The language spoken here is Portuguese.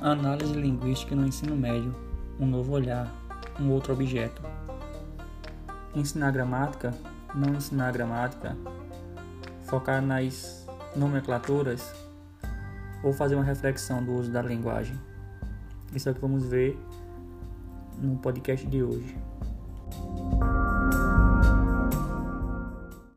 Análise linguística no ensino médio, um novo olhar, um outro objeto. Ensinar gramática, não ensinar gramática, focar nas nomenclaturas ou fazer uma reflexão do uso da linguagem. Isso é o que vamos ver no podcast de hoje.